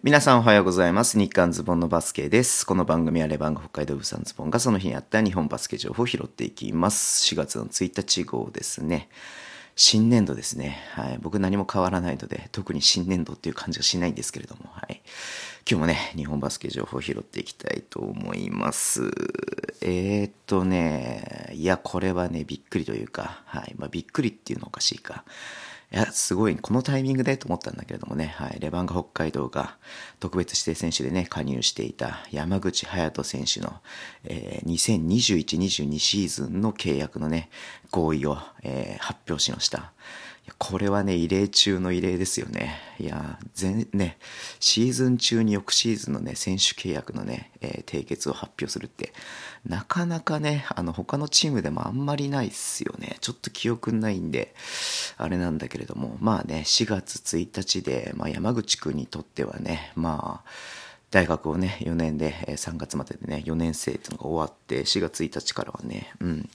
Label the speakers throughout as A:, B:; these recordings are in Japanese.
A: 皆さんおはようございます。日刊ズボンのバスケです。この番組はレバンガ北海道物産ズボンがその日にあった日本バスケ情報を拾っていきます。4月の1日号ですね。新年度ですね。はい。僕何も変わらないので、特に新年度っていう感じがしないんですけれども、はい。今日もね、日本バスケ情報を拾っていきたいと思います。いや、これはね、びっくりというか、はい。びっくりっていうのおかしいか。いや、すごい、このタイミングでと思ったんだけれどもね、はい、レバンガ北海道が特別指定選手でね、加入していた山口隼人選手の、2021-22シーズンの契約のね、合意を、発表しました。これはね、異例中の異例ですよね。いや、シーズン中に翌シーズンのね、選手契約のね、締結を発表するって、なかなかね、他のチームでもあんまりないっすよね。ちょっと記憶ないんで、あれなんだけれども、まあね、4月1日で、山口くんにとってはね、大学をね、4年で、3月まででね、4年生っていうのが終わって、4月1日からはね、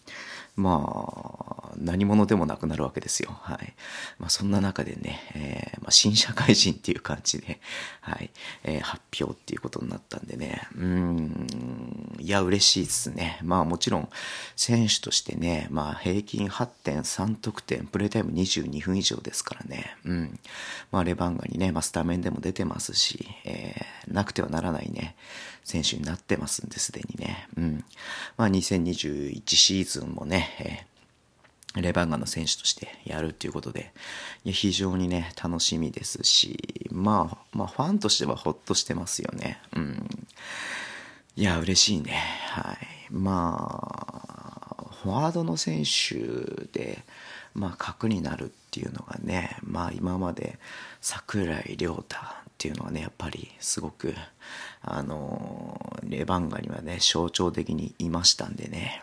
A: 何者でもなくなるわけですよ。はい。そんな中でね、新社会人っていう感じで、はい、発表っていうことになったんでね、いや、嬉しいですね。もちろん、選手としてね、平均8.3得点、プレータイム22分以上ですからね、レバンガにね、スタメンでも出てますし、なくてはならないね、選手になってますんで、すでにね。2021シーズンもね、レバンガの選手としてやるっていうことで、いや非常にね、楽しみですし、ファンとしてはほっとしてますよね。いや、嬉しいね。はい。フォワードの選手で、核になるっていうのがね、今まで櫻井亮太っていうのはね、やっぱりすごく、レバンガにはね、象徴的にいましたんでね、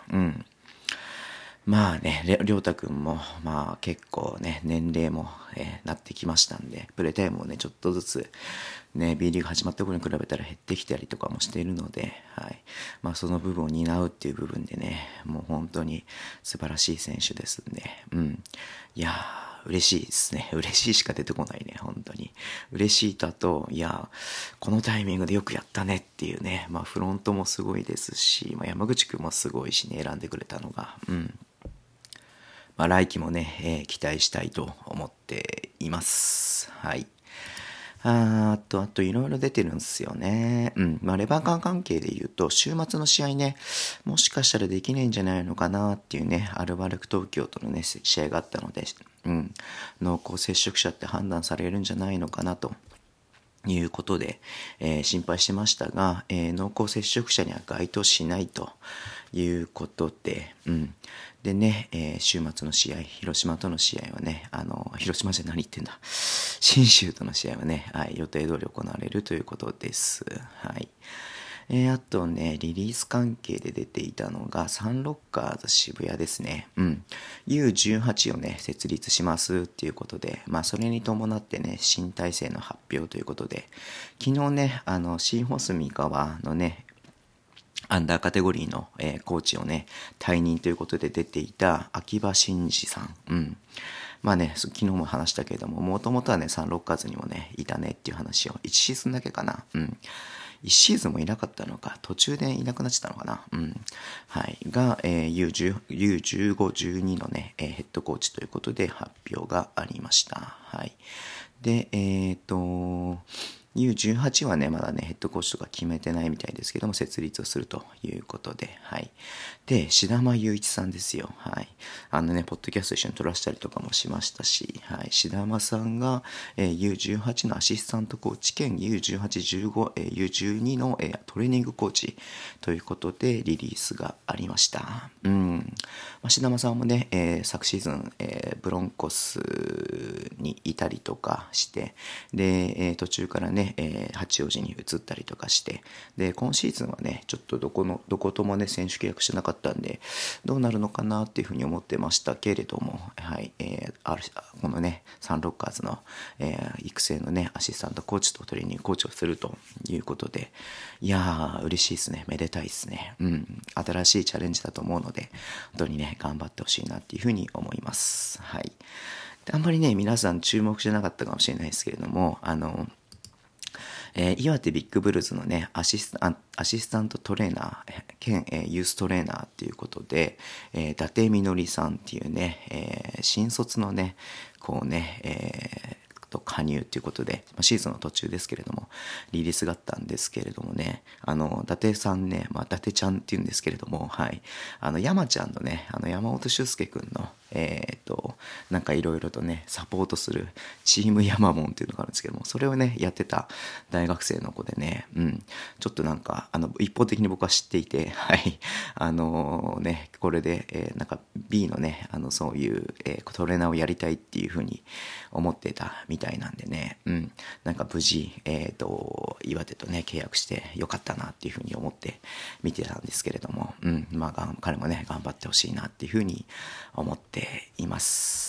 A: 亮太くんも、結構ね、年齢も、なってきましたんで、プレータイムもね、ちょっとずつ、ね、B リーグ始まった頃に比べたら減ってきたりとかもしているので、はい。その部分を担うっていう部分でね、もう本当に素晴らしい選手ですんで、いやー、嬉しいですね。嬉しいしか出てこないね、本当に。嬉しいとあと、いや、このタイミングでよくやったねっていうね、フロントもすごいですし、山口くんもすごいしね、選んでくれたのが、来季もね、期待したいと思っています。はい。あといろいろ出てるんですよね。レバンガ関係で言うと、週末の試合ね、もしかしたらできないんじゃないのかなっていうね、アルバルク東京とのね、試合があったので、濃厚接触者って判断されるんじゃないのかなと。いうことで、心配してましたが、濃厚接触者には該当しないということで、でね、週末の試合、広島との試合はね、広島じゃ何言ってんだ、信州との試合はね、はい、予定通り行われるということです。はい。あとね、リリース関係で出ていたのが、サンロッカーズ渋谷ですね。U18 をね、設立しますっていうことで、それに伴ってね、新体制の発表ということで、昨日ね、新保住川のね、アンダーカテゴリーの、コーチをね、退任ということで出ていた秋葉真司さん。昨日も話したけれども、もともとはね、サンロッカーズにもね、いたねっていう話を、1シーズンだけかな。1シーズンもいなかったのか、途中でいなくなっちゃったのかな。はい。が、U15、12のね、ヘッドコーチということで発表がありました。はい。で、U18 はね、まだね、ヘッドコーチとか決めてないみたいですけども、設立をするということで、はい。で、志田間雄一さんですよ。はい。ポッドキャスト一緒に撮らせたりとかもしましたし、はい。志田間さんが、U18 のアシスタントコーチ兼 U18、15、U12 の、トレーニングコーチということでリリースがありました。志田間さんもね、昨シーズン、ブロンコスにいたりとかして、で、途中からね、八王子に移ったりとかして、で、今シーズンはね、ちょっとどこともね、選手契約してなかったんで、どうなるのかなっていうふうに思ってましたけれども、はい、このね、サンロッカーズの、育成のね、アシスタントコーチとトレーニングコーチをするということで、いやー、嬉しいですね。めでたいですね。新しいチャレンジだと思うので、本当にね、頑張ってほしいなっていうふうに思います。はい。あんまりね、皆さん注目してなかったかもしれないですけれども、 岩手ビッグブルーズのね、アシスタントトレーナー兼、ユーストレーナーっていうことで、伊達みのりさんっていうね、新卒のね、こうね、加入ということで、シーズンの途中ですけれどもリリースがあったんですけれどもね、伊達さんね、伊達ちゃんっていうんですけれども、はい、山ちゃんのね、山本修介くんのなんかいろいろとねサポートするチームヤマモンっていうのがあるんですけども、それをねやってた大学生の子でね、ちょっとなんか一方的に僕は知っていて、はいね、これで、なんか B のねそういう、トレーナーをやりたいっていうふうに思ってたみたいなんでね、なんか無事、岩手とね契約してよかったなっていうふうに思って見てたんですけれども、彼もね頑張ってほしいなっていうふうに思っています。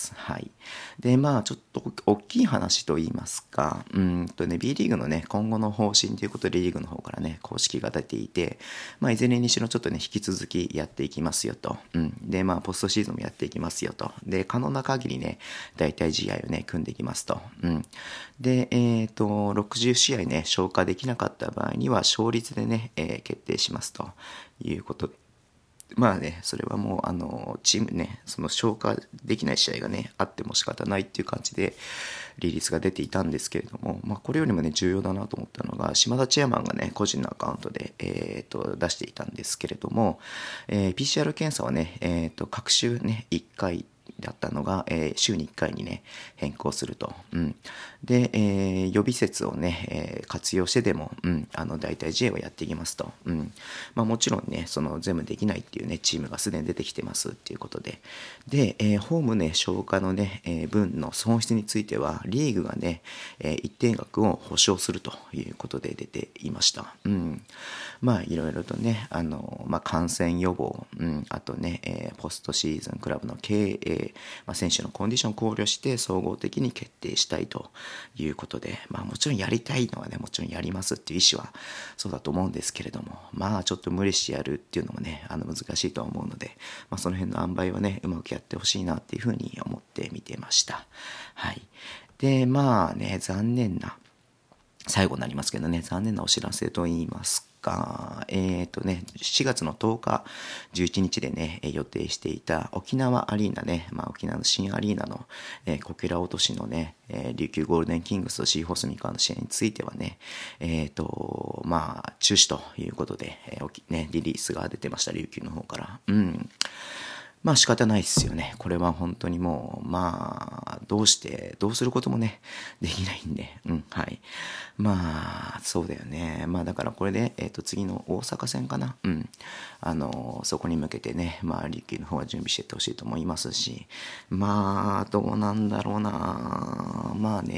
A: はい。で、ちょっと大きい話と言いますか、B リーグのね、今後の方針ということでリーグの方からね、公式が出ていて、いずれにしろちょっとね、引き続きやっていきますよと。で、ポストシーズンもやっていきますよと。で、可能な限りね、代替試合をね、組んでいきますと。で、60試合ね、消化できなかった場合には、勝率でね、決定しますということで。それはもうチームね、その消化できない試合がねあっても仕方ないっていう感じでリリースが出ていたんですけれども、これよりもね重要だなと思ったのが、島田チェアマンがね個人のアカウントで、出していたんですけれども、PCR 検査はね、各週ね1回だったのが、週に1回にね変更すると。で、予備説をね、活用してでも、代替試合をやっていきますと。もちろんねその全部できないっていうねチームがすでに出てきてますっていうことで、で、ホームね消化のね、分の損失についてはリーグがね、一定額を保証するということで出ていました。いろいろとね感染予防、あとね、ポストシーズンクラブの経営、選手のコンディションを考慮して総合的に決定したいということで、もちろんやりたいのはねもちろんやりますっていう意思はそうだと思うんですけれども、ちょっと無理してやるっていうのもね難しいとは思うので、その辺の塩梅はねうまくやってほしいなっていうふうに思って見てました。はい。で残念な最後になりますけどね、残念なお知らせと言いますか、7月の10日、11日でね、予定していた沖縄アリーナね、沖縄の新アリーナの、こけら落としのね、琉球ゴールデンキングスとシーホースミカの試合についてはね、中止ということで、リリースが出てました、琉球の方から。仕方ないですよね。これは本当にもう、どうすることもね、できないんで、はい。そうだよね。だからこれで、次の大阪戦かな。そこに向けてね、琉球の方は準備していってほしいと思いますし、どうなんだろうな。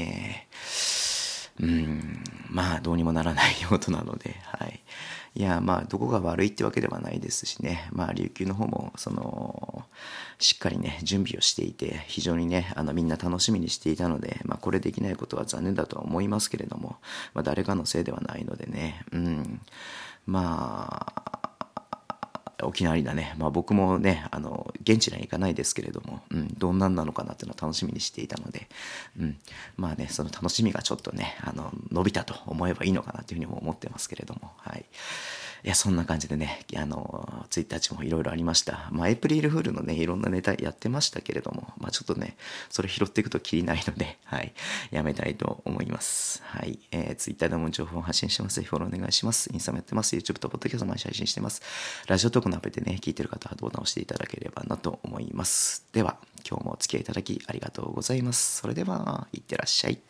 A: どうにもならないことなので、はい。いや、どこが悪いってわけではないですしね、琉球の方も、しっかりね、準備をしていて、非常にね、みんな楽しみにしていたので、これできないことは残念だとは思いますけれども、誰かのせいではないのでね、沖縄アリーナね、僕もね、現地には行かないですけれども、どんなんなのかなっていうのを楽しみにしていたので、その楽しみがちょっとね、伸びたと思えばいいのかなっていうふうにも思ってますけれども、はい。いや、そんな感じでね、ツイッター中もいろいろありました。エイプリルフールのね、いろんなネタやってましたけれども、ちょっとね、それ拾っていくときりないので、はい、やめたいと思います。はい。ツイッターでも情報を発信してます。ぜひフォローお願いします。インスタもやってます。YouTube とポッドキャストも配信してます。ラジオトークのアプリでね、聞いてる方はボタンを押していただければなと思います。では、今日もお付き合いいただきありがとうございます。それでは、いってらっしゃい。